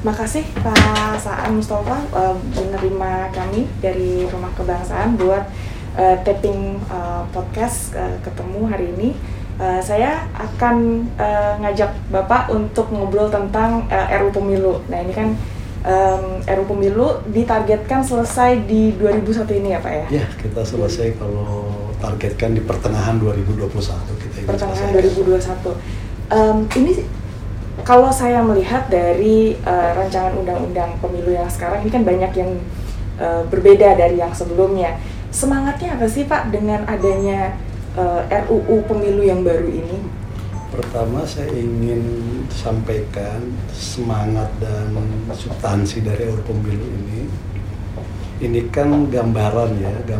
Makasih Pak Saan Mustafa menerima kami dari Rumah Kebangsaan buat taping podcast ketemu hari ini. Saya akan ngajak Bapak untuk ngobrol tentang RUU Pemilu. Nah ini kan RUU Pemilu ditargetkan selesai di 2001 ini ya Pak ya? Ya, kita selesai kalau targetkan di pertengahan 2021 kita ini. Pertengahan 2021. Ini kalau saya melihat dari rancangan undang-undang pemilu yang sekarang ini kan banyak yang berbeda dari yang sebelumnya. Semangatnya apa sih Pak dengan adanya RUU Pemilu yang baru ini? Pertama saya ingin sampaikan semangat dan substansi dari RUU Pemilu ini. Ini kan gambaran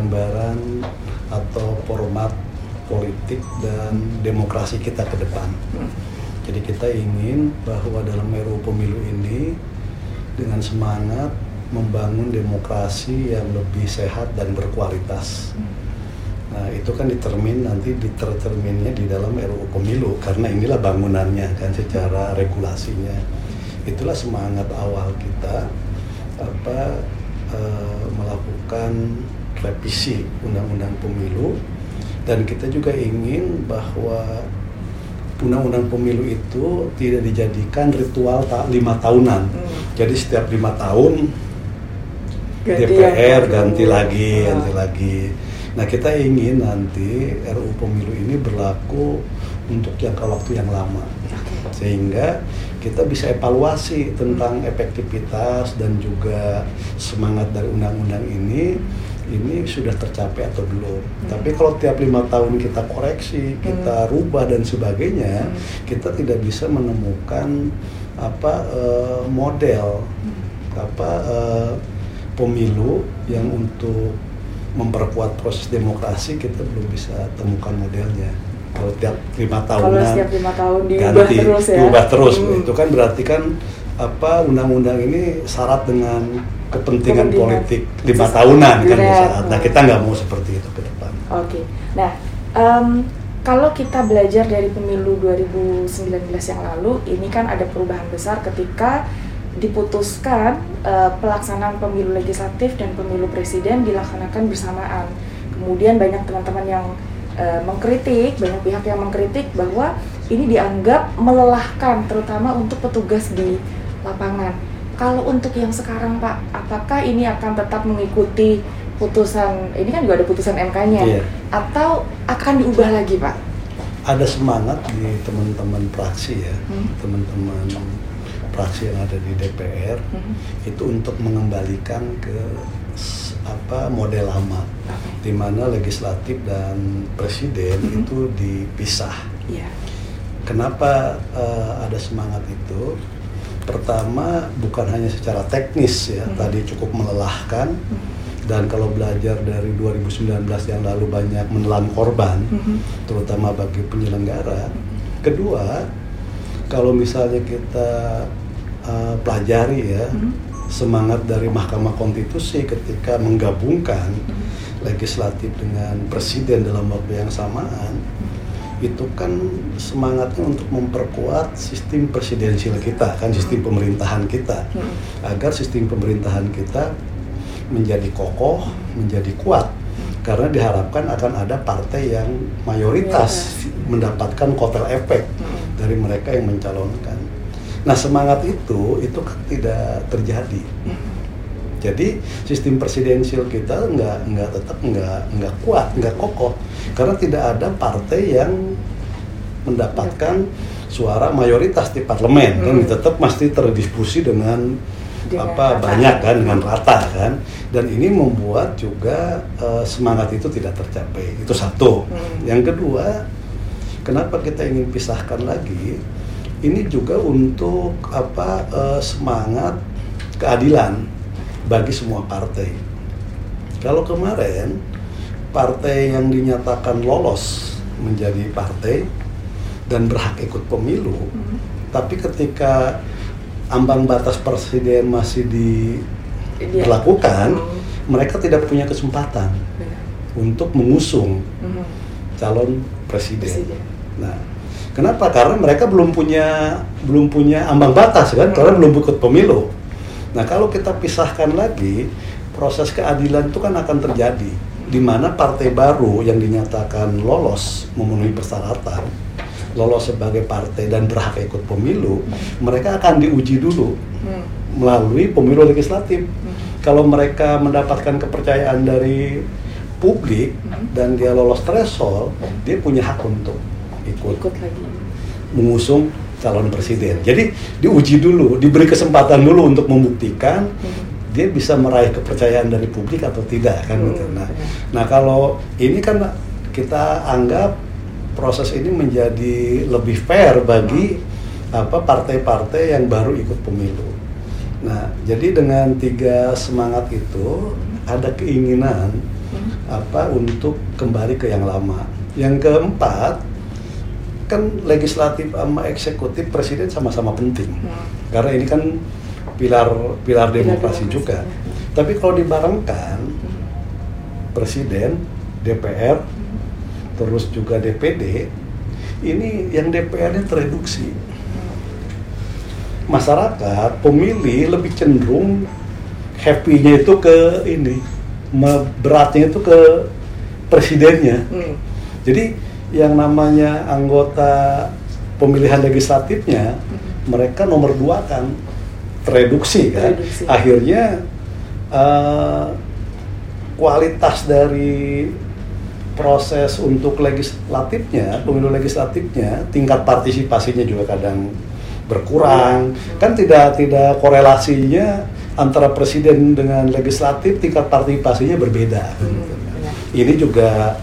atau format politik dan demokrasi kita ke depan. Jadi kita ingin bahwa dalam RUU Pemilu ini dengan semangat membangun demokrasi yang lebih sehat dan berkualitas. Nah itu kan ditercerminnya di dalam RUU Pemilu karena inilah bangunannya kan secara regulasinya. Itulah semangat awal kita melakukan revisi Undang-Undang Pemilu, dan kita juga ingin bahwa Undang-Undang Pemilu itu tidak dijadikan ritual 5 tahunan. Jadi setiap 5 tahun DPR ganti lagi. Nah kita ingin nanti RUU Pemilu ini berlaku untuk jangka waktu yang lama, sehingga kita bisa evaluasi tentang efektivitas dan juga semangat dari undang-undang ini sudah tercapai atau belum. Tapi kalau tiap 5 tahun kita koreksi, kita rubah dan sebagainya, kita tidak bisa menemukan model pemilu yang untuk memperkuat proses demokrasi. Kita belum bisa temukan modelnya. Kalau tiap 5 tahunan, kalau setiap 5 tahun diubah terus ya. Itu kan berarti kan undang-undang ini syarat dengan kepentingan politik 5 tahunan kan syarat. Nah kita nggak mau seperti itu ke depan. Oke. Nah kalau kita belajar dari pemilu 2019 yang lalu, ini kan ada perubahan besar ketika diputuskan pelaksanaan pemilu legislatif dan pemilu presiden dilaksanakan bersamaan. Kemudian banyak teman-teman yang mengkritik, banyak pihak yang mengkritik bahwa ini dianggap melelahkan, terutama untuk petugas di lapangan. Kalau untuk yang sekarang Pak, apakah ini akan tetap mengikuti putusan, ini kan juga ada putusan MK-nya, atau akan diubah lagi Pak? Ada semangat di teman-teman praksi ya, teman-teman praksi yang ada di DPR itu untuk mengembalikan ke model lama, di mana legislatif dan presiden itu dipisah. Kenapa ada semangat itu? Pertama, bukan hanya secara teknis ya, tadi cukup melelahkan, dan kalau belajar dari 2019 yang lalu banyak menelan korban, terutama bagi penyelenggara. Kedua, kalau misalnya kita pelajari ya, semangat dari Mahkamah Konstitusi ketika menggabungkan legislatif dengan presiden dalam waktu yang samaan, itu kan semangatnya untuk memperkuat sistem presidensial kita, kan sistem pemerintahan kita, agar sistem pemerintahan kita menjadi kokoh, menjadi kuat, karena diharapkan akan ada partai yang mayoritas mendapatkan kotel efek dari mereka yang mencalonkan. Nah semangat itu kan tidak terjadi. Jadi sistem presidensial kita nggak kuat, nggak kokoh, karena tidak ada partai yang mendapatkan suara mayoritas di parlemen, kan tetap mesti terdiskusi dengan banyak kan, dengan rata kan, dan ini membuat juga semangat itu tidak tercapai. Itu satu. Yang kedua, kenapa kita ingin pisahkan lagi? Ini juga untuk semangat keadilan bagi semua partai. Kalau kemarin partai yang dinyatakan lolos menjadi partai dan berhak ikut pemilu, tapi ketika ambang batas presiden masih diberlakukan, mereka tidak punya kesempatan untuk mengusung calon presiden. Nah, Kenapa? Karena mereka belum punya ambang batas kan, karena belum ikut pemilu. Nah, kalau kita pisahkan lagi, proses keadilan itu kan akan terjadi, di mana partai baru yang dinyatakan lolos memenuhi persyaratan, lolos sebagai partai dan berhak ikut pemilu, mereka akan diuji dulu melalui pemilu legislatif. Kalau mereka mendapatkan kepercayaan dari publik dan dia lolos threshold, dia punya hak untuk ikut lagi mengusung calon presiden. Jadi diuji dulu, diberi kesempatan dulu untuk membuktikan dia bisa meraih kepercayaan dari publik atau tidak kan gitu. Nah kalau ini kan kita anggap proses ini menjadi lebih fair bagi partai-partai yang baru ikut pemilu. Nah, jadi dengan 3 semangat itu ada keinginan untuk kembali ke yang lama. Yang keempat, kan legislatif sama eksekutif presiden sama-sama penting. Karena ini kan pilar demokrasi juga. Tapi kalau dibarengkan presiden, DPR, terus juga DPD, ini yang DPR-nya tereduksi. Masyarakat, pemilih lebih cenderung happy-nya itu ke ini, beratnya itu ke presidennya. Jadi yang namanya anggota pemilihan legislatifnya, mereka nomor 2 kan, tereduksi kan. Akhirnya kualitas dari proses untuk legislatifnya, pemilu legislatifnya, tingkat partisipasinya juga kadang berkurang. Kan tidak korelasinya antara presiden dengan legislatif, tingkat partisipasinya berbeda. Ini juga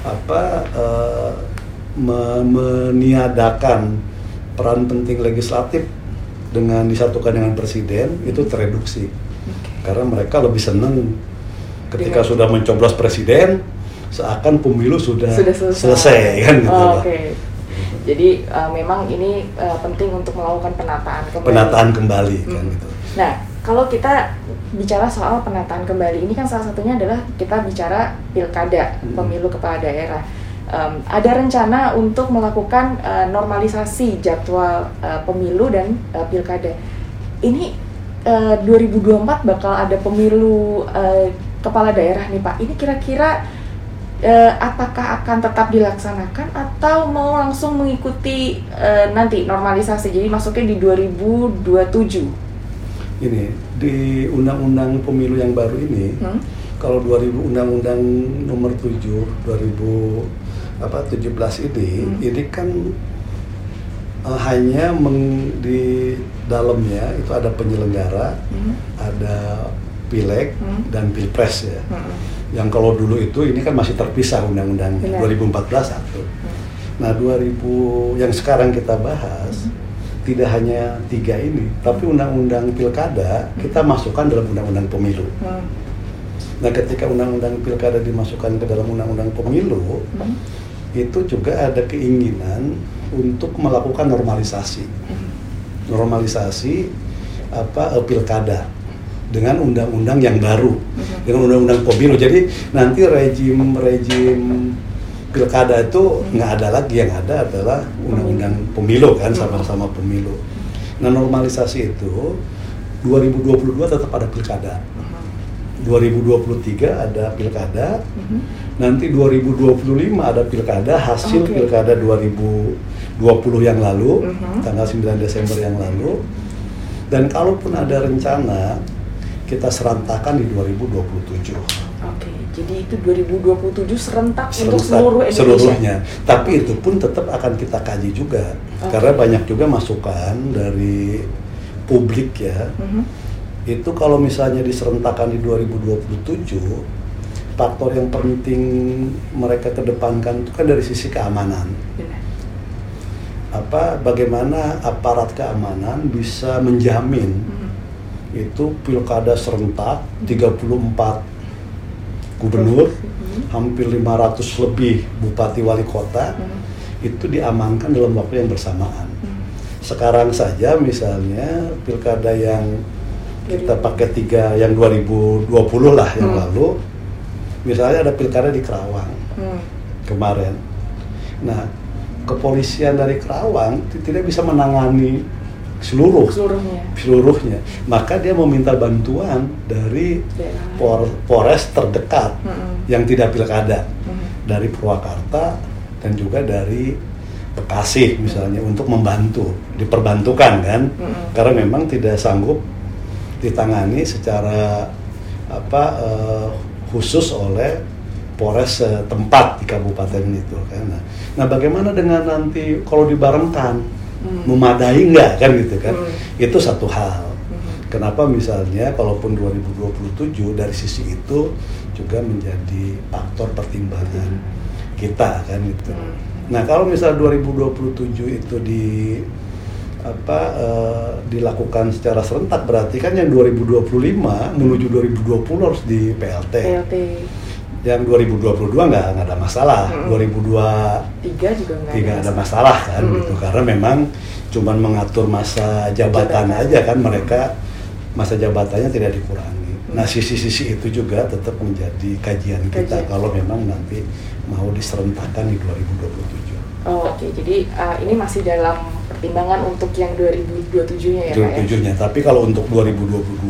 meniadakan peran penting legislatif dengan disatukan dengan presiden itu tereduksi. Karena mereka lebih senang ketika sudah mencoblos presiden, seakan pemilu sudah selesai kan gitu. Jadi memang ini penting untuk melakukan penataan kembali kan gitu. Nah, kalau kita bicara soal penataan kembali, ini kan salah satunya adalah kita bicara pilkada, pemilu kepala daerah. Ada rencana untuk melakukan normalisasi jadwal pemilu dan pilkada. Ini 2024 bakal ada pemilu kepala daerah nih Pak. Ini kira-kira apakah akan tetap dilaksanakan atau mau langsung mengikuti nanti normalisasi, jadi masuknya di 2027? Ini di undang-undang pemilu yang baru ini, kalau Undang-Undang nomor 7 2017 ini kan hanya di dalamnya itu ada penyelenggara, ada pileg dan pilpres ya. Yang kalau dulu itu ini kan masih terpisah undang-undangnya, 2014 satu. Nah 2000 yang sekarang kita bahas tidak hanya 3 ini, tapi undang-undang pilkada kita masukkan dalam undang-undang pemilu. Nah ketika undang-undang pilkada dimasukkan ke dalam undang-undang pemilu, itu juga ada keinginan untuk melakukan normalisasi pilkada dengan undang-undang yang baru, dengan undang-undang pemilu. Jadi nanti rejim pilkada itu nggak ada lagi, yang ada adalah undang-undang pemilu kan, sama-sama pemilu. Nah normalisasi itu 2022 tetap ada pilkada, 2023 ada pilkada, nanti 2025 ada pilkada, hasil pilkada 2020 yang lalu, tanggal 9 Desember yang lalu. Dan kalaupun ada rencana, kita serentakkan di 2027. Jadi itu 2027 serentak untuk seluruh Indonesia? Seluruhnya. Tapi itu pun tetap akan kita kaji juga. Karena banyak juga masukan dari publik ya. Itu kalau misalnya diserentakkan di 2027, faktor yang penting mereka kedepankan itu kan dari sisi keamanan. Bagaimana aparat keamanan bisa menjamin itu pilkada serentak 34 gubernur, hampir 500 lebih bupati wali kota itu diamankan dalam waktu yang bersamaan. Sekarang saja misalnya pilkada yang kita pakai 3 yang 2020 lah yang lalu, misalnya ada pilkada di Kerawang kemarin. Nah kepolisian dari Kerawang tidak bisa menangani seluruhnya. Maka dia meminta bantuan dari Polres terdekat yang tidak pilkada, dari Purwakarta dan juga dari Bekasi misalnya, untuk membantu, diperbantukan kan, karena memang tidak sanggup ditangani secara khusus oleh Polres tempat di kabupaten itu kan. Nah, bagaimana dengan nanti kalau dibarengkan, memadai nggak kan gitu kan? Itu satu hal. Kenapa misalnya kalaupun 2027 dari sisi itu juga menjadi faktor pertimbangan kita kan gitu. Nah, kalau misalnya 2027 itu dilakukan secara serentak, berarti kan yang 2025 menuju 2020 harus di PLT. Yang 2022 nggak ada masalah, 2023 juga nggak ada masalah kan gitu, karena memang cuman mengatur masa jabatan aja kan, mereka masa jabatannya tidak dikurangi. Nah, sisi-sisi itu juga tetap menjadi kajian kita kalau memang nanti mau diserentakkan di 2027. Oke, jadi ini masih dalam pertimbangan untuk yang 2027-nya ya Pak ya? 2027-nya, tapi kalau untuk 2022,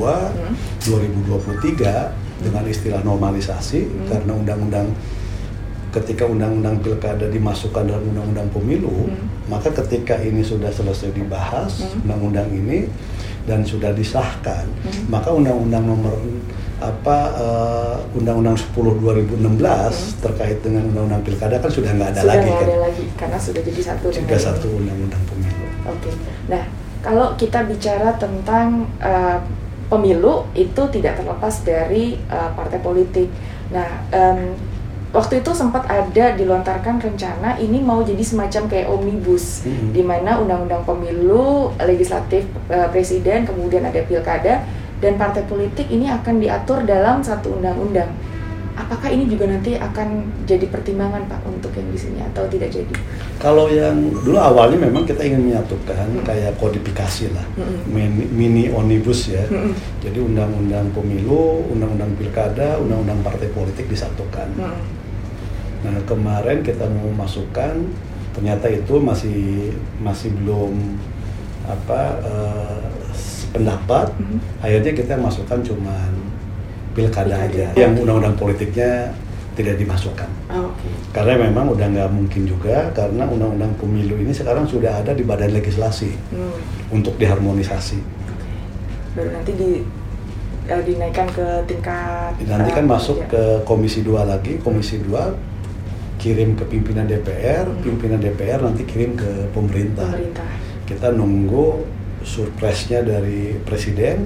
2023 dengan istilah normalisasi, karena ketika undang-undang pilkada dimasukkan dalam undang-undang pemilu, maka ketika ini sudah selesai dibahas undang-undang ini dan sudah disahkan, maka undang-undang nomor Undang-Undang 10 2016 terkait dengan undang-undang pilkada kan sudah nggak ada lagi kan? Sudah lagi karena sudah jadi satu. Sudah satu undang-undang pemilu. Oke. Nah, kalau kita bicara tentang pemilu itu tidak terlepas dari partai politik. Nah, waktu itu sempat ada dilontarkan rencana ini mau jadi semacam kayak omnibus, di mana undang-undang pemilu, legislatif, presiden, kemudian ada pilkada, dan partai politik ini akan diatur dalam satu undang-undang. Apakah ini juga nanti akan jadi pertimbangan Pak untuk yang di sini atau tidak jadi? Kalau yang dulu awalnya memang kita ingin menyatukan kayak kodifikasi lah, mini omnibus ya. Jadi undang-undang pemilu, undang-undang pilkada, undang-undang partai politik disatukan. Nah, kemarin kita mau masukkan, ternyata itu masih belum pendapat. Akhirnya kita masukkan cuman pilkada aja, yang undang-undang politiknya tidak dimasukkan. Karena memang udah nggak mungkin juga, karena undang-undang pemilu ini sekarang sudah ada di badan legislasi untuk diharmonisasi. Baru nanti dinaikkan ke tingkat. Nanti kan masuk ke Komisi 2 lagi, Komisi 2 kirim ke pimpinan DPR, pimpinan DPR nanti kirim ke pemerintah. Kita nunggu surprise-nya dari presiden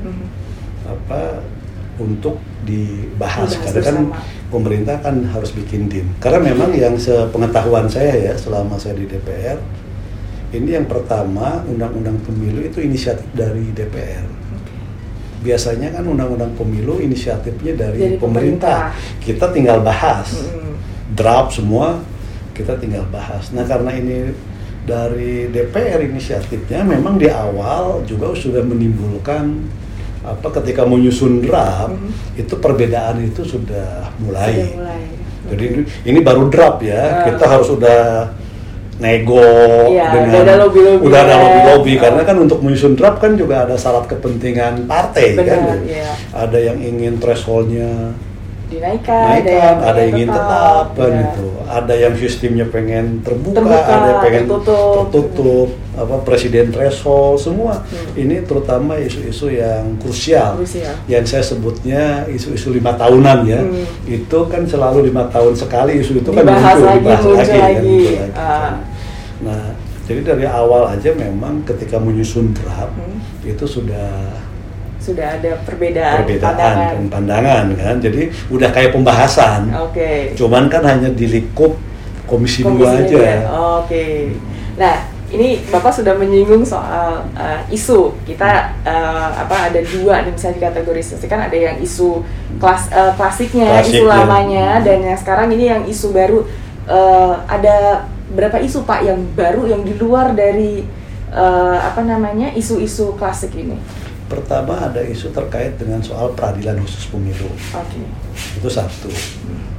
untuk dibahas, karena kan pemerintah kan harus bikin DIN. Karena memang yang sepengetahuan saya ya, selama saya di DPR, ini yang pertama undang-undang pemilu itu inisiatif dari DPR. Biasanya kan undang-undang pemilu inisiatifnya dari pemerintah. Kita tinggal bahas, draft semua kita tinggal bahas. Nah, karena ini dari DPR inisiatifnya, memang di awal juga sudah menimbulkan ketika menyusun draft, itu perbedaan itu sudah mulai. Jadi ini baru draft ya, kita harus udah nego dengan udah ada lobby-lobby, karena kan untuk menyusun draft kan juga ada syarat kepentingan partai. Kan, ada yang ingin thresholdnya dinaikkan, ada yang ingin tetap kan itu, ada yang sistemnya pengen terbuka, ada yang pengen tertutup, presiden threshold, semua. Ini terutama isu-isu yang krusial, yang saya sebutnya isu-isu 5 tahunan ya. Itu kan selalu 5 tahun sekali isu itu kan dibahas lagi. Nah, jadi dari awal aja memang ketika menyusun draft itu sudah ada perbedaan pandangan kan, jadi udah kayak pembahasan. Cuman kan hanya di lingkup komisi 2 aja. Nah, ini Bapak sudah menyinggung soal isu. Kita ada dua nih, bisa dikategorisasikan, ada yang isu klasiknya, isu lamanya, dan yang sekarang ini yang isu baru. Ada berapa isu Pak yang baru yang di luar dari isu-isu klasik ini? Pertama ada isu terkait dengan soal peradilan khusus pemilu. Itu satu.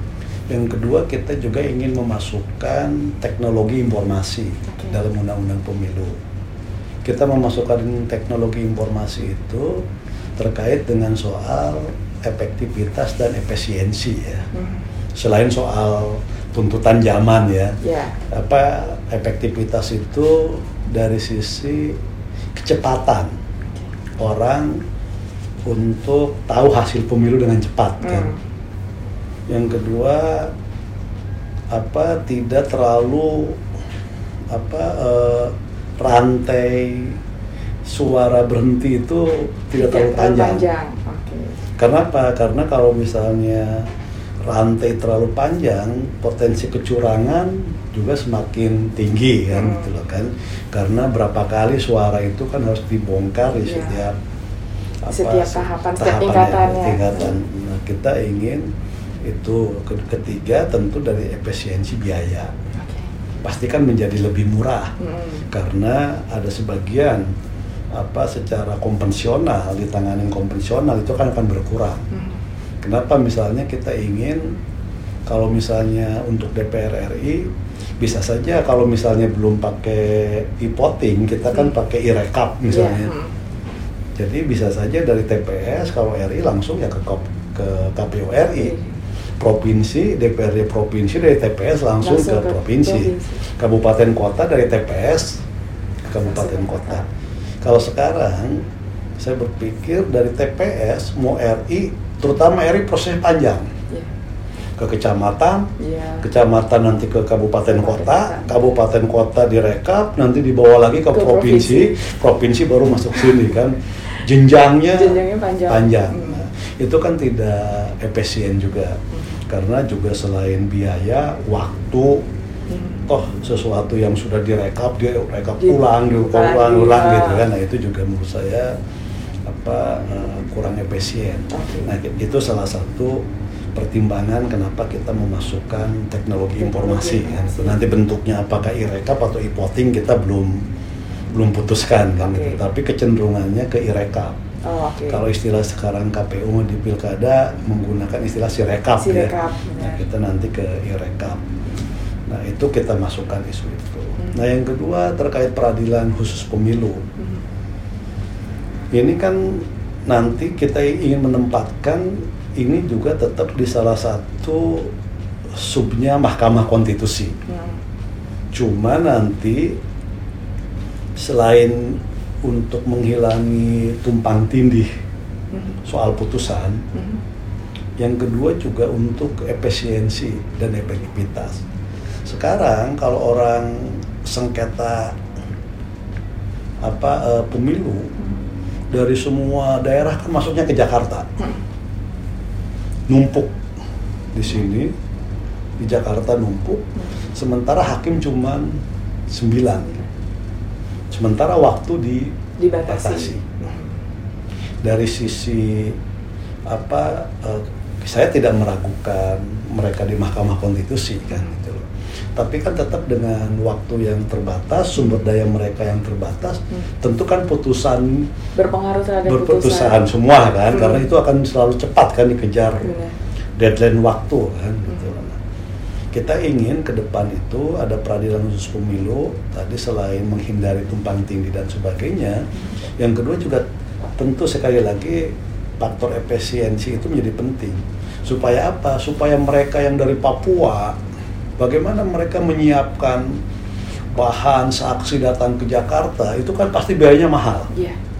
Yang kedua, kita juga ingin memasukkan teknologi informasi dalam undang-undang pemilu. Kita memasukkan teknologi informasi itu terkait dengan soal efektivitas dan efisiensi ya. Selain soal tuntutan zaman ya. Efektivitas itu dari sisi kecepatan orang untuk tahu hasil pemilu dengan cepat kan. Yang kedua, tidak terlalu rantai suara berhenti itu tidak terlalu panjang. Kenapa? Karena kalau misalnya rantai terlalu panjang, potensi kecurangan juga semakin tinggi kan, gitu loh kan. Karena berapa kali suara itu kan harus dibongkar di setiap tahapan, setiap tingkatannya. Nah, kita ingin itu. Ketiga, tentu dari efisiensi biaya. Pasti kan menjadi lebih murah karena ada sebagian secara konvensional, ditangani konvensional itu kan akan berkurang. Kenapa? Misalnya kita ingin kalau misalnya untuk DPR RI bisa saja kalau misalnya belum pakai e-voting, kita kan pakai e-rekap misalnya. Jadi bisa saja dari TPS kalau RI langsung ya ke KPU RI. Provinsi, DPRD provinsi dari TPS langsung ke provinsi. Kabupaten kota dari TPS ke kabupaten kota. Kalau sekarang saya berpikir dari TPS mau RI, terutama RI prosesnya panjang. Ke kecamatan, kecamatan nanti ke kabupaten kota, kabupaten kota direkap, nanti dibawa lagi ke provinsi, provinsi baru masuk sini kan. Jenjangnya panjang. Nah, itu kan tidak efisien juga. Karena juga selain biaya, waktu, toh sesuatu yang sudah direkap ulang gitu kan. Nah, itu juga menurut saya kurang efisien. Nah, itu salah satu pertimbangan kenapa kita memasukkan teknologi informasi kan. Nanti bentuknya apakah e-rekap atau e-voting kita belum putuskan kan gitu. Tapi kecenderungannya ke e-rekap. Kalau istilah sekarang KPU di pilkada menggunakan istilah sirekap ya. Nah, kita nanti ke e-rekap. Nah, itu kita masukkan isu itu. Nah, yang kedua terkait peradilan khusus pemilu. Ini kan nanti kita ingin menempatkan ini juga tetap di salah satu subnya Mahkamah Konstitusi. Cuma nanti selain untuk menghilangi tumpang tindih soal putusan, yang kedua juga untuk efisiensi dan efektivitas. Sekarang kalau orang sengketa pemilu dari semua daerah kan masuknya ke Jakarta, numpuk di sini di Jakarta numpuk, sementara hakim cuma 9. Sementara waktu dibatasi. Dari sisi saya tidak meragukan mereka di Mahkamah Konstitusi kan gitu loh. Tapi kan tetap dengan waktu yang terbatas, sumber daya mereka yang terbatas, tentu kan putusan berpengaruh terhadap putusan semua kan, karena itu akan selalu cepat kan dikejar deadline waktu kan gitu. Kita ingin ke depan itu ada peradilan khusus pemilu, tadi selain menghindari tumpang tindih dan sebagainya, yang kedua juga tentu sekali lagi faktor efisiensi itu menjadi penting. Supaya apa? Supaya mereka yang dari Papua, bagaimana mereka menyiapkan bahan saksi datang ke Jakarta, itu kan pasti biayanya mahal.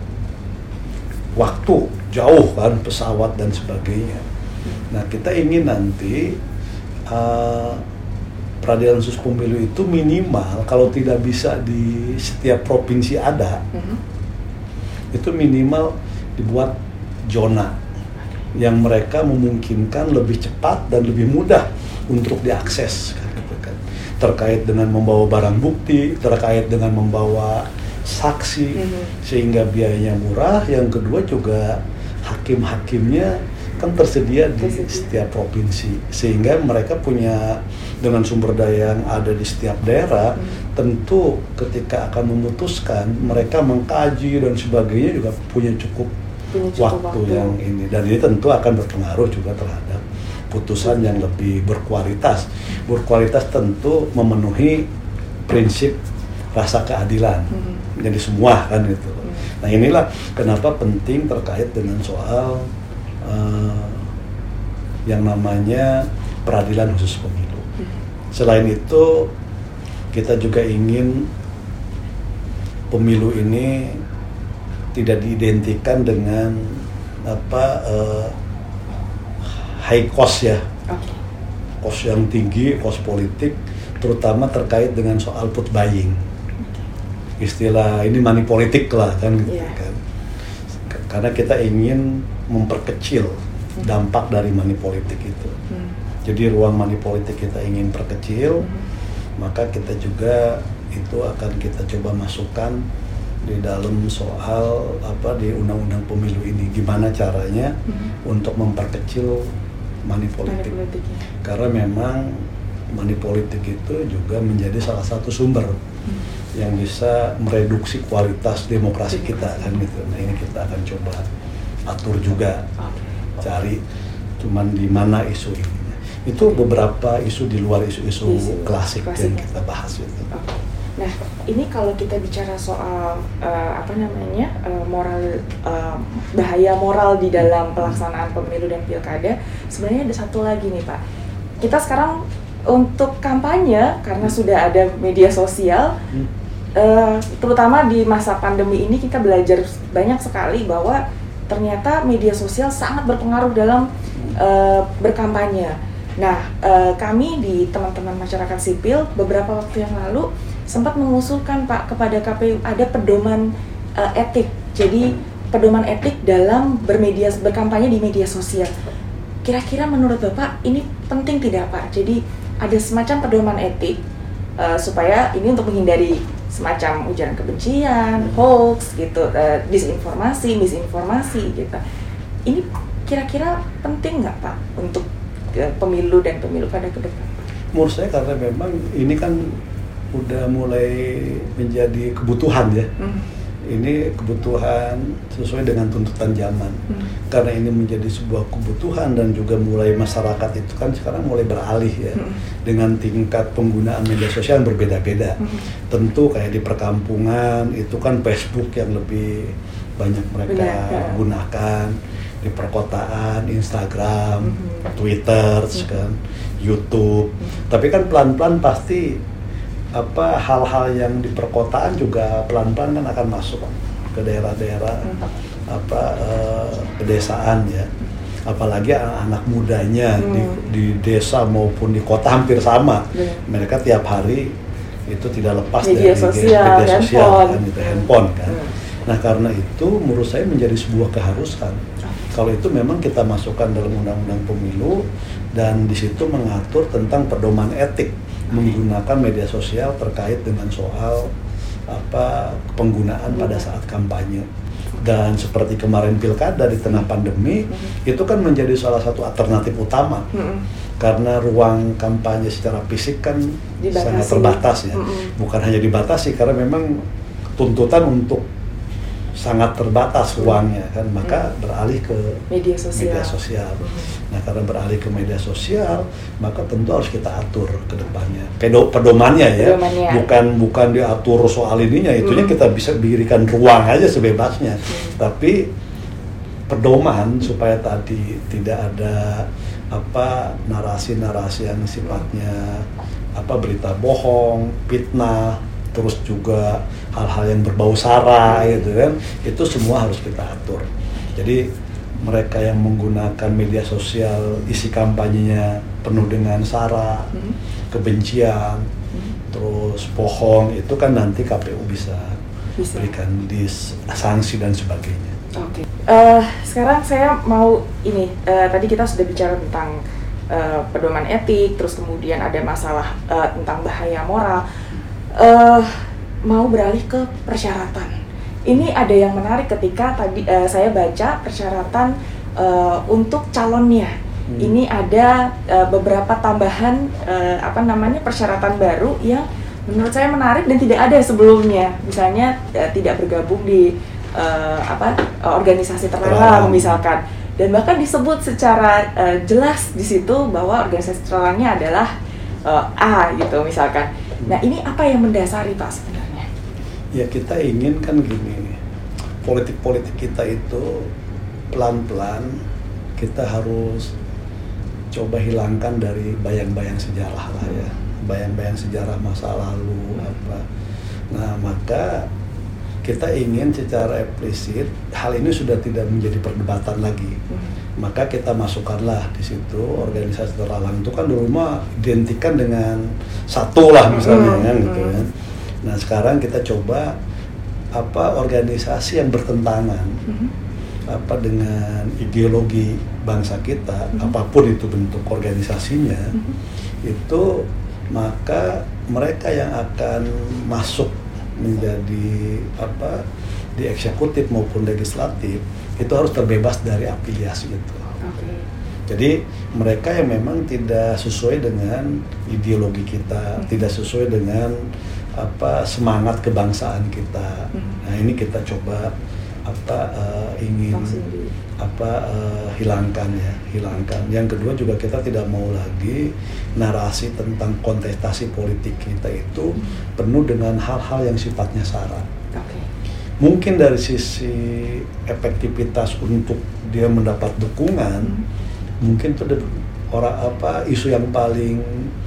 Waktu jauh kan, pesawat dan sebagainya. Nah, kita ingin nanti peradilan khusus pemilu itu minimal kalau tidak bisa di setiap provinsi ada, itu minimal dibuat zona yang mereka memungkinkan lebih cepat dan lebih mudah untuk diakses kan. Terkait dengan membawa barang bukti, terkait dengan membawa saksi, sehingga biayanya murah. Yang kedua juga hakim-hakimnya kan tersedia di setiap provinsi, sehingga mereka punya dengan sumber daya yang ada di setiap daerah, tentu ketika akan memutuskan mereka mengkaji dan sebagainya juga punya cukup waktu yang ini, dan ini tentu akan berpengaruh juga terhadap putusan yang lebih berkualitas. Berkualitas tentu memenuhi prinsip rasa keadilan. Jadi semua kan itu. Nah inilah kenapa penting terkait dengan soal yang namanya peradilan khusus pemilu. Selain itu kita juga ingin pemilu ini tidak diidentikan dengan high cost ya, cost yang tinggi, cost politik, terutama terkait dengan soal vote buying. Istilah ini money politik lah kan, gitu kan. Karena kita ingin memperkecil dampak dari money politik itu. Jadi ruang money politik kita ingin perkecil, maka kita juga itu akan kita coba masukkan di dalam soal di undang-undang pemilu ini, gimana caranya untuk memperkecil money politik. Karena memang money politik itu juga menjadi salah satu sumber yang bisa mereduksi kualitas demokrasi kita kan gitu. Nah ini kita akan coba atur juga, cari cuman di mana isu ini. Itu beberapa isu di luar isu-isu klasik yang kita bahas itu. Nah, ini kalau kita bicara soal moral, bahaya moral di dalam pelaksanaan pemilu dan pilkada, sebenarnya ada satu lagi nih Pak. Kita sekarang untuk kampanye karena sudah ada media sosial, terutama di masa pandemi ini kita belajar banyak sekali bahwa ternyata media sosial sangat berpengaruh dalam berkampanye. Nah, kami di teman-teman masyarakat sipil beberapa waktu yang lalu sempat mengusulkan Pak kepada KPU ada pedoman etik. Jadi pedoman etik dalam berkampanye di media sosial. Kira-kira menurut Bapak ini penting tidak Pak? Jadi ada semacam pedoman etik supaya ini untuk menghindari semacam ujaran kebencian, hoax gitu, misinformasi gitu. Ini kira-kira penting nggak Pak untuk pemilu dan pemilu pada ke depan? Menurut saya karena memang ini kan udah mulai menjadi kebutuhan ya. Ini kebutuhan sesuai dengan tuntutan zaman. Karena ini menjadi sebuah kebutuhan dan juga mulai masyarakat itu kan sekarang mulai beralih ya. Dengan tingkat penggunaan media sosial yang berbeda-beda. Tentu kayak di perkampungan itu kan Facebook yang lebih banyak mereka gunakan. Di perkotaan, Instagram, Twitter, kan, YouTube. Tapi kan pelan-pelan pasti hal-hal yang di perkotaan juga pelan-pelan kan akan masuk ke daerah-daerah pedesaan ya. Apalagi anak mudanya di desa maupun di kota hampir sama. Mereka tiap hari itu tidak lepas media dari sosial, media sosial kan, itu handphone kan. Nah karena itu menurut saya menjadi sebuah keharusan. Kalau itu memang kita masukkan dalam undang-undang pemilu dan di situ mengatur tentang pedoman etik menggunakan media sosial terkait dengan soal penggunaan pada saat kampanye. Dan seperti kemarin pilkada di tengah pandemi itu kan menjadi salah satu alternatif utama. Karena ruang kampanye secara fisik kan sangat terbatas ya. Bukan hanya dibatasi karena memang tuntutan untuk sangat terbatas ruangnya kan, maka beralih ke media sosial. Nah karena beralih ke media sosial, maka tentu harus kita atur ke depannya. Pedomannya ya, bukan diatur soal ininya, itunya kita bisa berikan ruang aja sebebasnya. Tapi pedoman supaya tadi tidak ada narasi-narasi yang sifatnya berita bohong, fitnah, terus juga hal-hal yang berbau sara gitu kan, itu semua harus kita atur. Jadi mereka yang menggunakan media sosial isi kampanyenya penuh dengan sara, kebencian, terus bohong, itu kan nanti KPU bisa berikan sanksi dan sebagainya. Oke. Sekarang saya mau tadi kita sudah bicara tentang pedoman etik, terus kemudian ada masalah tentang bahaya moral. Mau beralih ke persyaratan. Ini ada yang menarik ketika tadi saya baca persyaratan untuk calonnya. Ini ada beberapa tambahan persyaratan baru yang menurut saya menarik dan tidak ada sebelumnya. Misalnya tidak bergabung di organisasi terlarang misalkan. dan bahkan disebut secara jelas di situ bahwa organisasi terlarangnya adalah A gitu misalkan. Nah ini apa yang mendasari Pak sebenarnya? Ya kita ingin kan gini, politik-politik kita itu pelan-pelan kita harus coba hilangkan dari bayang-bayang sejarah lah ya, bayang-bayang sejarah masa lalu apa. Nah maka kita ingin secara eksplisit hal ini sudah tidak menjadi perdebatan lagi. Maka kita masukkanlah di situ organisasi terlarang itu kan dulu mah identikan dengan satu lah misalnya kan gitu kan. Nah sekarang kita coba apa organisasi yang bertentangan apa dengan ideologi bangsa kita, apapun itu bentuk organisasinya, itu maka mereka yang akan masuk menjadi apa di eksekutif maupun legislatif itu harus terbebas dari afiliasi itu. Jadi mereka yang memang tidak sesuai dengan ideologi kita, tidak sesuai dengan apa semangat kebangsaan kita. Nah ini kita coba apa ingin apa hilangkan. Yang kedua juga kita tidak mau lagi narasi tentang kontestasi politik kita itu penuh dengan hal-hal yang sifatnya syarat. Mungkin dari sisi efektivitas untuk dia mendapat dukungan, mungkin itu orang apa isu yang paling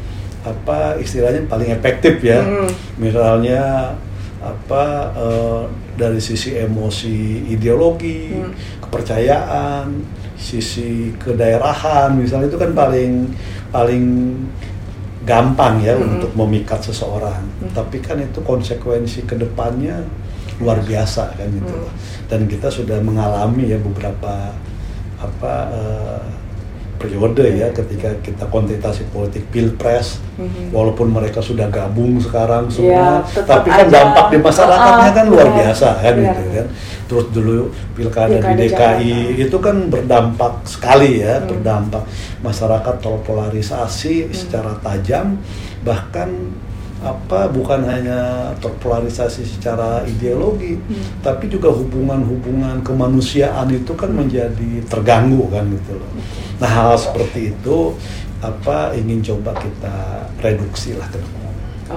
apa istilahnya paling efektif ya. Misalnya apa dari sisi emosi ideologi, kepercayaan, sisi kedaerahan misalnya itu kan paling gampang ya untuk memikat seseorang. Tapi kan itu konsekuensi kedepannya luar biasa kan gitu. Dan kita sudah mengalami ya beberapa apa periode ya ketika kita kontestasi politik pilpres, walaupun mereka sudah gabung sekarang semua, tapi kan dampak di masyarakatnya kan luar biasa kan gitu kan. Terus dulu pilkada di DKI itu kan berdampak sekali ya, berdampak masyarakat terpolarisasi secara tajam, bahkan apa bukan hanya terpolarisasi secara ideologi, tapi juga hubungan-hubungan kemanusiaan itu kan menjadi terganggu kan gitu loh. Nah hal seperti itu apa ingin coba kita reduksi lah ke depan.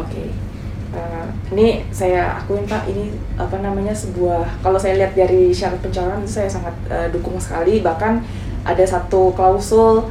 Ini saya akuin Pak, ini apa namanya sebuah, kalau saya lihat dari syarat pencalonan saya sangat dukung sekali, bahkan ada satu klausul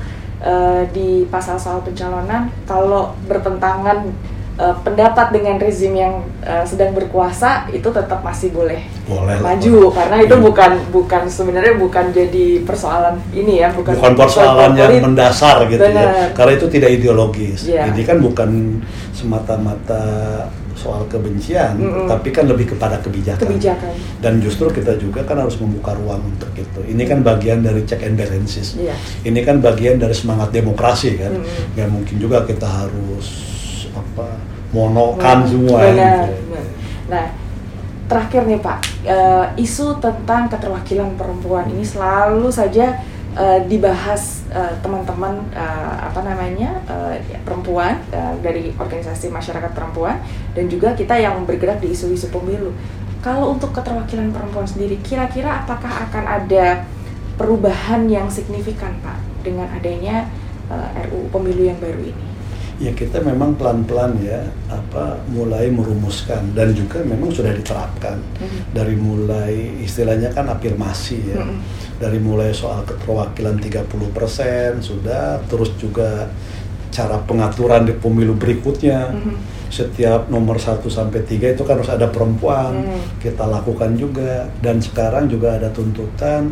di pasal soal pencalonan kalau bertentangan pendapat dengan rezim yang sedang berkuasa itu tetap masih boleh maju karena itu bukan sebenarnya bukan jadi persoalan ini ya bukan persoalan yang mendasar gitu ya karena itu tidak ideologis. Ini kan bukan semata-mata soal kebencian tapi kan lebih kepada kebijakan dan justru kita juga kan harus membuka ruang untuk itu. Ini kan bagian dari check and balances. Ini kan bagian dari semangat demokrasi kan. Nggak mungkin juga kita harus apa monokan semua gitu. Nah terakhir nih Pak, isu tentang keterwakilan perempuan ini selalu saja dibahas teman-teman apa namanya perempuan dari organisasi masyarakat perempuan dan juga kita yang bergerak di isu-isu pemilu. Kalau untuk keterwakilan perempuan sendiri, kira-kira apakah akan ada perubahan yang signifikan Pak dengan adanya RUU pemilu yang baru ini? Ya kita memang pelan-pelan ya apa mulai merumuskan dan juga memang sudah diterapkan dari mulai istilahnya kan afirmasi ya dari mulai soal keterwakilan 30% sudah, terus juga cara pengaturan di pemilu berikutnya setiap nomor 1 sampai 3 itu kan harus ada perempuan kita lakukan juga dan sekarang juga ada tuntutan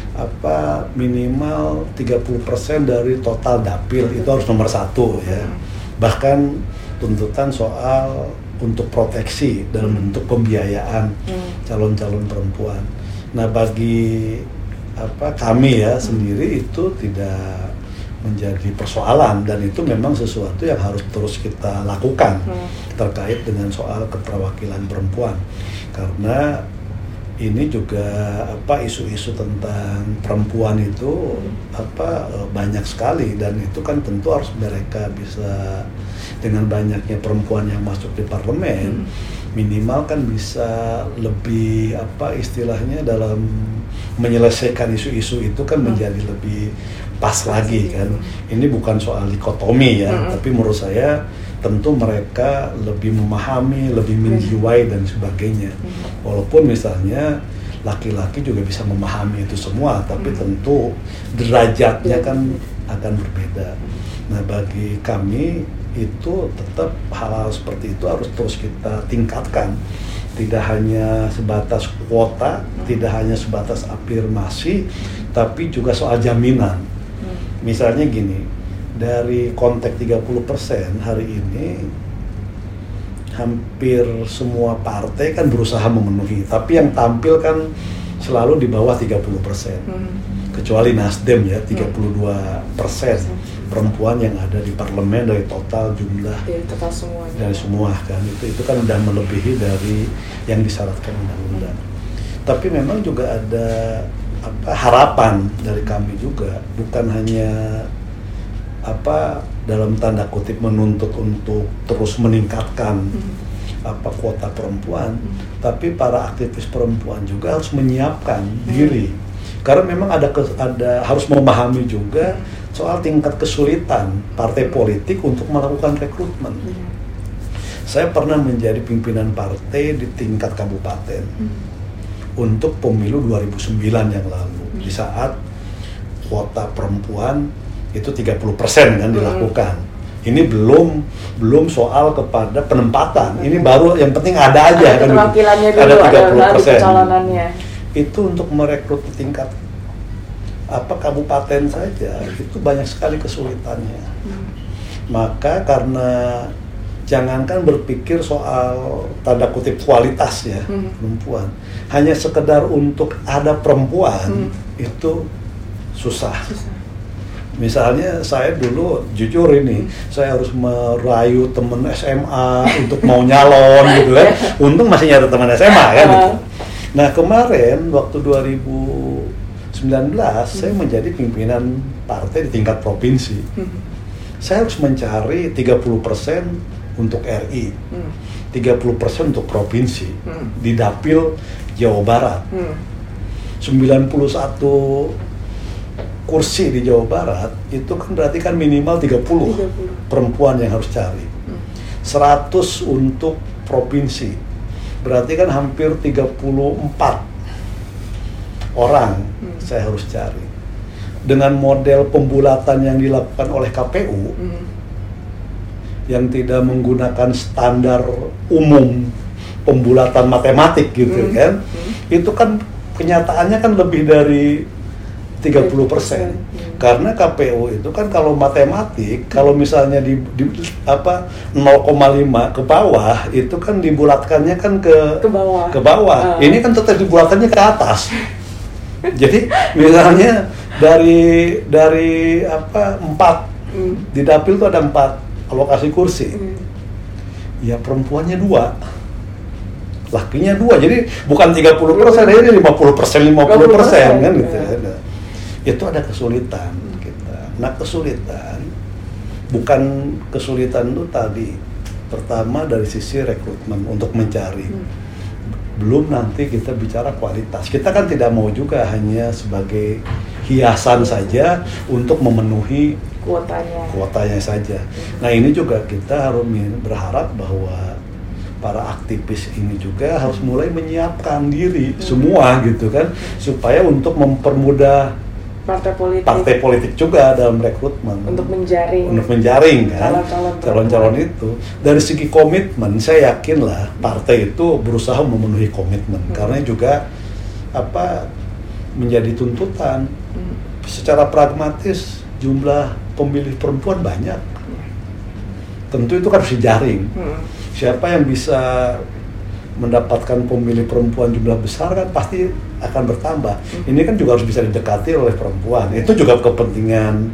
apa minimal 30% dari total dapil itu harus nomor 1 ya. Bahkan tuntutan soal untuk proteksi dalam bentuk pembiayaan calon-calon perempuan. Nah bagi apa kami ya sendiri itu tidak menjadi persoalan dan itu memang sesuatu yang harus terus kita lakukan terkait dengan soal keterwakilan perempuan karena ini juga apa isu-isu tentang perempuan itu apa banyak sekali dan itu kan tentu harus mereka bisa dengan banyaknya perempuan yang masuk di parlemen minimal kan bisa lebih apa istilahnya dalam menyelesaikan isu-isu itu kan menjadi lebih pas lagi kan. Ini bukan soal dikotomi ya, tapi menurut saya tentu mereka lebih memahami, lebih menjiwai dan sebagainya. Walaupun misalnya laki-laki juga bisa memahami itu semua, tapi tentu derajatnya kan akan berbeda. Nah, bagi kami itu tetap hal-hal seperti itu harus terus kita tingkatkan. Tidak hanya sebatas kuota, tidak hanya sebatas afirmasi, tapi juga soal jaminan. Misalnya gini, dari konteks 30% hari ini hampir semua partai kan berusaha memenuhi, tapi yang tampil kan selalu di bawah 30%. Kecuali Nasdem ya, 32% perempuan yang ada di parlemen dari total jumlah dari semua kan, itu kan udah melebihi dari yang disyaratkan undang-undang. Tapi memang juga ada harapan dari kami juga, bukan hanya dalam tanda kutip menuntut untuk terus meningkatkan kuota perempuan, tapi para aktivis perempuan juga harus menyiapkan diri, karena memang ada harus memahami juga soal tingkat kesulitan partai politik untuk melakukan rekrutmen. Saya pernah menjadi pimpinan partai di tingkat kabupaten untuk pemilu 2009 yang lalu, di saat kuota perempuan itu 30% kan dilakukan. Ini belum soal kepada penempatan. Ini baru yang penting ada aja kan. Keterwakilannya dulu, ada 30%. Pencalonannya. Itu untuk merekrut di tingkat kabupaten saja itu banyak sekali kesulitannya. Maka karena jangankan berpikir soal tanda kutip kualitas ya perempuan, hanya sekedar untuk ada perempuan itu susah. Misalnya saya dulu jujur ini, saya harus merayu temen SMA untuk mau nyalon gitu kan. Untung masih nyari teman SMA kan gitu. Nah kemarin waktu 2019 saya menjadi pimpinan partai di tingkat provinsi. Saya harus mencari 30% untuk RI, 30% untuk provinsi di Dapil Jawa Barat. 91 kursi di Jawa Barat itu kan berarti kan minimal 30 perempuan yang harus cari. 100 untuk provinsi. Berarti kan hampir 34 orang saya harus cari. Dengan model pembulatan yang dilakukan oleh KPU yang tidak menggunakan standar umum pembulatan matematik gitu kan, itu kan kenyataannya kan lebih dari 30%. Karena KPU itu kan kalau matematik, kalau misalnya di 0,5 ke bawah itu kan dibulatkannya kan ke bawah. Ini kan tetap dibulatkannya ke atas. Jadi misalnya dari 4 di dapil itu ada 4 alokasi kursi. Ya perempuannya 2. Lakinya 2. Jadi bukan 30%, ini 50% kan gitu. Itu ada kesulitan kita. Nah kesulitan bukan kesulitan itu tadi, pertama dari sisi rekrutmen untuk mencari, belum nanti kita bicara kualitas. Kita kan tidak mau juga hanya sebagai hiasan saja untuk memenuhi kuotanya saja. Nah ini juga kita harus berharap bahwa para aktivis ini juga harus mulai menyiapkan diri semua gitu kan, supaya untuk mempermudah partai politik juga dalam rekrutmen untuk menjaring kan calon-calon itu. Dari segi komitmen saya yakin lah partai itu berusaha memenuhi komitmen, karena juga menjadi tuntutan. Secara pragmatis jumlah pemilih perempuan banyak, tentu itu kan harus dijaring. Siapa yang bisa mendapatkan pemilih perempuan jumlah besar kan pasti akan bertambah. Ini kan juga harus bisa didekati oleh perempuan. Itu juga kepentingan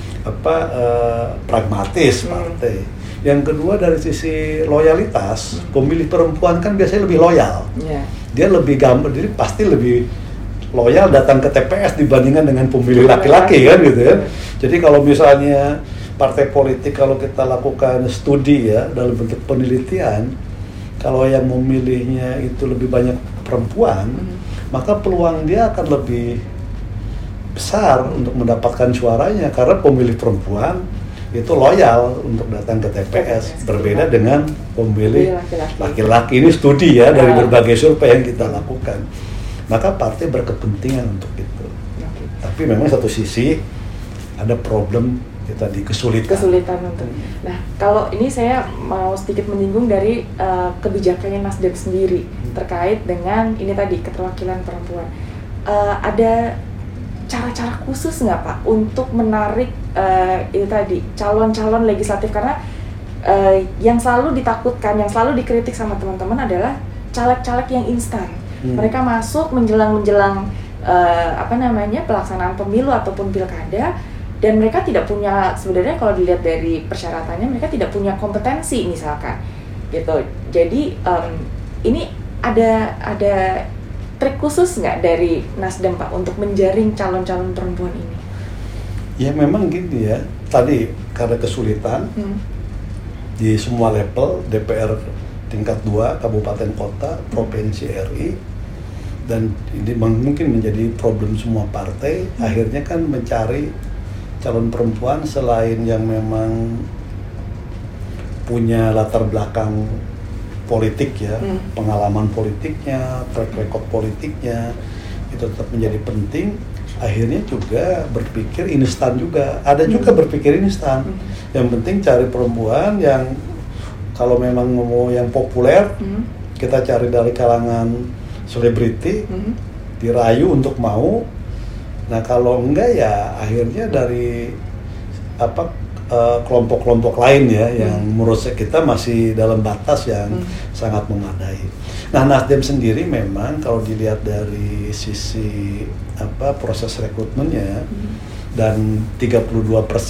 pragmatis partai. Yang kedua dari sisi loyalitas, pemilih perempuan kan biasanya lebih loyal. Dia lebih gampang, jadi pasti lebih loyal datang ke TPS dibandingkan dengan pemilih laki-laki kan gitu kan. Jadi kalau misalnya partai politik, kalau kita lakukan studi ya dalam bentuk penelitian, kalau yang memilihnya itu lebih banyak perempuan, maka peluang dia akan lebih besar untuk mendapatkan suaranya, karena pemilih perempuan itu loyal untuk datang ke TPS, berbeda dengan pemilih laki-laki. Ini studi ya dari berbagai survei yang kita lakukan. Maka partai berkepentingan untuk itu. Tapi memang satu sisi ada problem kita di kesulitan untuk. Nah, kalau ini saya mau sedikit menyinggung dari kebijakannya Nasdem sendiri terkait dengan ini tadi keterwakilan perempuan. Ada cara-cara khusus nggak Pak untuk menarik itu tadi calon-calon legislatif, karena yang selalu ditakutkan, yang selalu dikritik sama teman-teman adalah caleg-caleg yang instan. Mereka masuk menjelang pelaksanaan pemilu ataupun pilkada, dan mereka tidak punya, sebenarnya kalau dilihat dari persyaratannya mereka tidak punya kompetensi misalkan gitu. Jadi ini ada trik khusus nggak dari Nasdem Pak untuk menjaring calon-calon perempuan ini? Ya memang gini ya, tadi karena kesulitan di semua level, DPR tingkat 2, kabupaten kota, provinsi RI, dan ini mungkin menjadi problem semua partai, akhirnya kan mencari calon perempuan selain yang memang punya latar belakang politik ya, pengalaman politiknya, track record politiknya, itu tetap menjadi penting. Akhirnya juga berpikir instan juga, ada juga berpikir instan. Yang penting cari perempuan yang kalau memang mau yang populer, kita cari dari kalangan selebriti, dirayu untuk mau. Nah kalau enggak ya akhirnya dari kelompok-kelompok lain ya, yang menurut kita masih dalam batas yang sangat memadai. Nah Nasdem sendiri memang kalau dilihat dari sisi proses rekrutmennya, dan 32%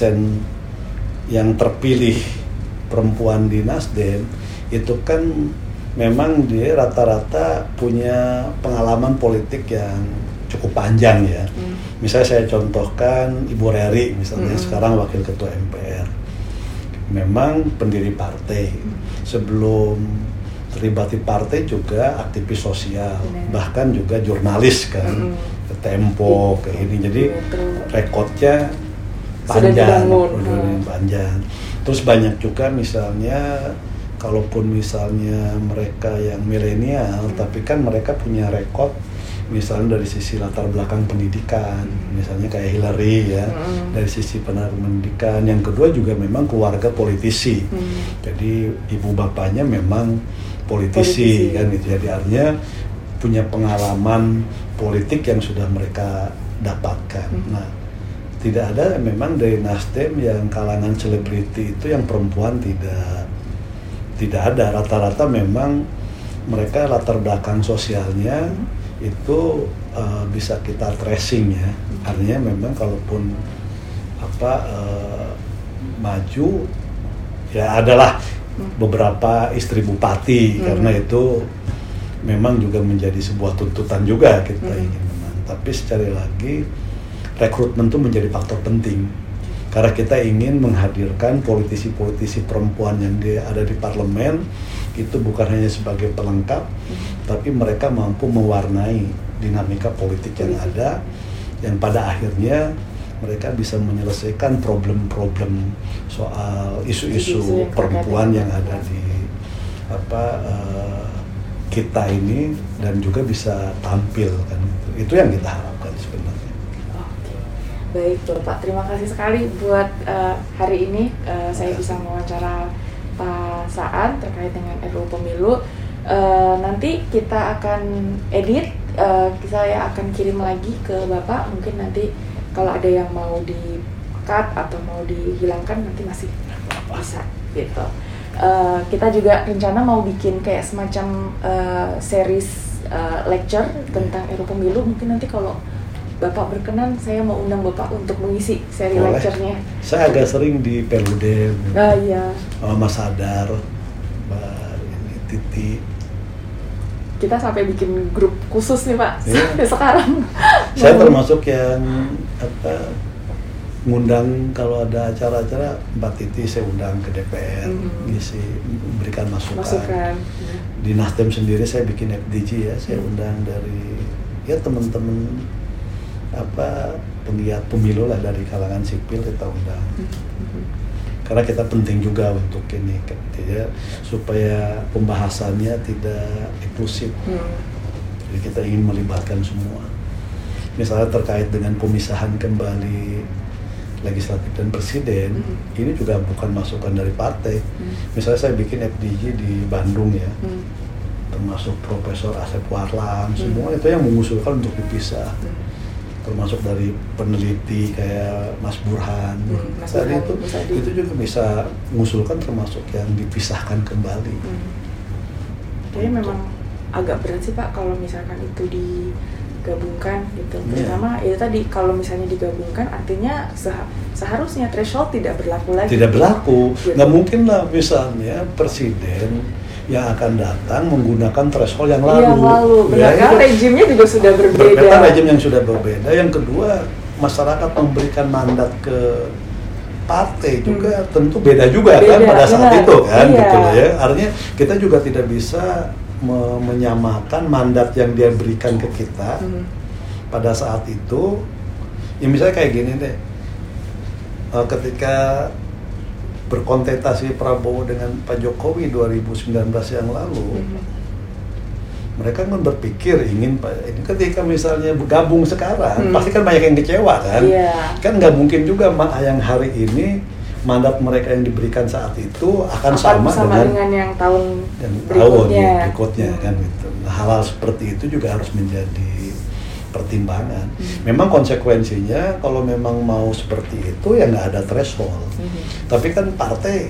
yang terpilih perempuan di Nasdem itu kan memang dia rata-rata punya pengalaman politik yang cukup panjang ya. Misalnya saya contohkan Ibu Rery misalnya, sekarang Wakil Ketua MPR. Memang pendiri partai. Sebelum terlibat di partai juga aktivis sosial, bahkan juga jurnalis kan, ke Tempo, ke ini. Jadi rekodnya panjang. Terus banyak juga misalnya, kalaupun misalnya mereka yang milenial, tapi kan mereka punya rekod misalnya dari sisi latar belakang pendidikan, misalnya kayak Hillary ya, dari sisi pendidikan. Yang kedua juga memang keluarga politisi, jadi ibu bapaknya memang politisi kan gitu. Jadi artinya punya pengalaman politik yang sudah mereka dapatkan. Nah, tidak ada memang dari Nasdem yang kalangan selebriti itu yang perempuan tidak ada. Rata-rata memang mereka latar belakang sosialnya itu bisa kita tracing ya. Artinya memang kalaupun maju ya adalah beberapa istri bupati, karena itu memang juga menjadi sebuah tuntutan juga kita ingin menang. Tapi sekali lagi rekrutmen itu menjadi faktor penting, karena kita ingin menghadirkan politisi-politisi perempuan yang ada di parlemen itu bukan hanya sebagai pelengkap, tapi mereka mampu mewarnai dinamika politik yang ada, yang pada akhirnya mereka bisa menyelesaikan problem-problem soal isu-isu perempuan yang ada di kita ini, dan juga bisa tampil kan. Itu yang kita harapkan sebenarnya. Baik Bapak, terima kasih sekali buat hari ini saya bisa mewawancara Pak Saan terkait dengan RUU Pemilu. Nanti kita akan edit, saya akan kirim lagi ke Bapak. Mungkin nanti kalau ada yang mau di-cut atau mau dihilangkan nanti masih bisa gitu. Kita juga rencana mau bikin kayak semacam series lecture tentang RUU Pemilu. Mungkin nanti kalau Bapak berkenan, saya mau undang Bapak untuk mengisi seri lecture-nya. Saya agak sering di Perludem, iya. Mas Adar, Mbak Titi. Kita sampai bikin grup khusus nih Pak, sampai sekarang. Saya termasuk yang ngundang kalau ada acara-acara Mbak Titi saya undang ke DPR, ngisi berikan masukan. Di Nasdem sendiri saya bikin FDG ya, saya undang dari ya teman-teman penggiat pemilu lah dari kalangan sipil kita undang. Karena kita penting juga untuk ini ya, supaya pembahasannya tidak eksklusif. Jadi kita ingin melibatkan semua. Misalnya terkait dengan pemisahan kembali legislatif dan presiden, ini juga bukan masukan dari partai. Misalnya saya bikin FDG di Bandung ya, termasuk Profesor Asep Warlam, semua itu yang mengusulkan untuk dipisah. Termasuk dari peneliti kayak Mas Burhan, tadi itu juga bisa mengusulkan termasuk yang dipisahkan kembali. Jadi memang agak berat sih Pak kalau misalkan itu digabungkan gitu. Terutama itu tadi kalau misalnya digabungkan artinya seharusnya threshold tidak berlaku lagi. Tidak berlaku, nggak mungkin lah misalnya presiden yang akan datang menggunakan threshold yang lalu. Yang lalu, benar kan? Rejimnya juga sudah berbeda. Berbeda rejim yang sudah berbeda. Yang kedua, masyarakat memberikan mandat ke partai juga tentu beda juga kan pada saat itu kan, gitu loh ya. Artinya kita juga tidak bisa menyamakan mandat yang dia berikan ke kita pada saat itu. Ya misalnya kayak gini deh, ketika berkontestasi Prabowo dengan Pak Jokowi 2019 yang lalu, mereka kan berpikir ingin ini ketika misalnya bergabung sekarang, pasti kan banyak yang kecewa kan, kan nggak mungkin juga yang hari ini mandat mereka yang diberikan saat itu akan sama dengan yang tahun berikutnya kan gitu. Nah, hal-hal seperti itu juga harus menjadi pertimbangan. Memang konsekuensinya kalau memang mau seperti itu ya nggak ada threshold. Tapi kan partai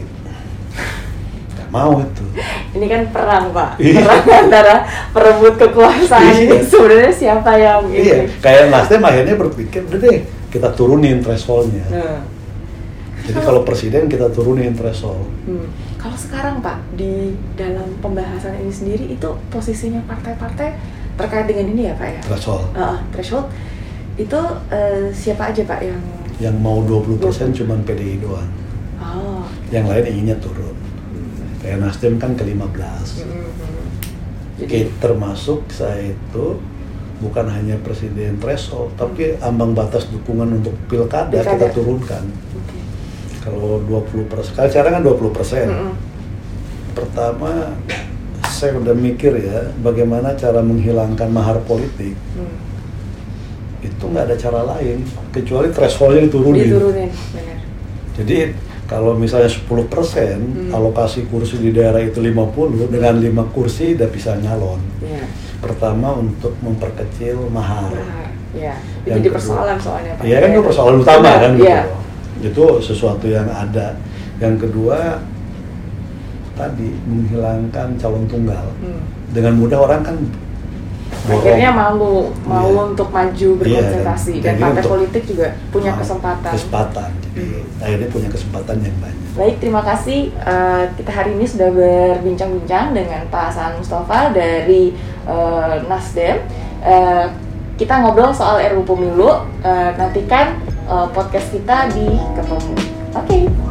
nggak mau itu. Ini kan perang Pak, perang antara perebut kekuasaan. Ini sebenarnya siapa yang ini? Kayak Nasdem akhirnya berpikir, udah deh kita turunin thresholdnya. Jadi kalau presiden kita turunin threshold. Kalau sekarang Pak di dalam pembahasan ini sendiri itu posisinya partai-partai terkait dengan ini ya Pak ya? Threshold itu siapa aja Pak yang mau 20% cuman PDI doang. Yang lain inginnya turun. Kayak Nasdem kan ke 15. Jadi termasuk saya itu bukan hanya presiden threshold, tapi ambang batas dukungan untuk pilkada kita turunkan. Kalau 20%, sekarang kan 20%. Pertama saya udah mikir ya, bagaimana cara menghilangkan mahar politik. Itu nggak ada cara lain kecuali thresholdnya diturunin. Benar. Jadi kalau misalnya 10% alokasi kursi di daerah itu 50, dengan 5 kursi udah bisa nyalon. Pertama untuk memperkecil mahar. Itu jadi persoalan soalnya Pak. Iya kan itu persoalan utama kan gitu. Itu sesuatu yang ada. Yang kedua tadi menghilangkan calon tunggal. Dengan mudah orang kan akhirnya mau untuk maju berkonsentrasi dan partai politik juga punya kesempatan. Jadi akhirnya punya kesempatan yang banyak. Baik, terima kasih. Kita hari ini sudah berbincang-bincang dengan Pak Hasan Mustafa dari Nasdem. Kita ngobrol soal RUU Pemilu. Nantikan podcast kita di Ketemu. Oke.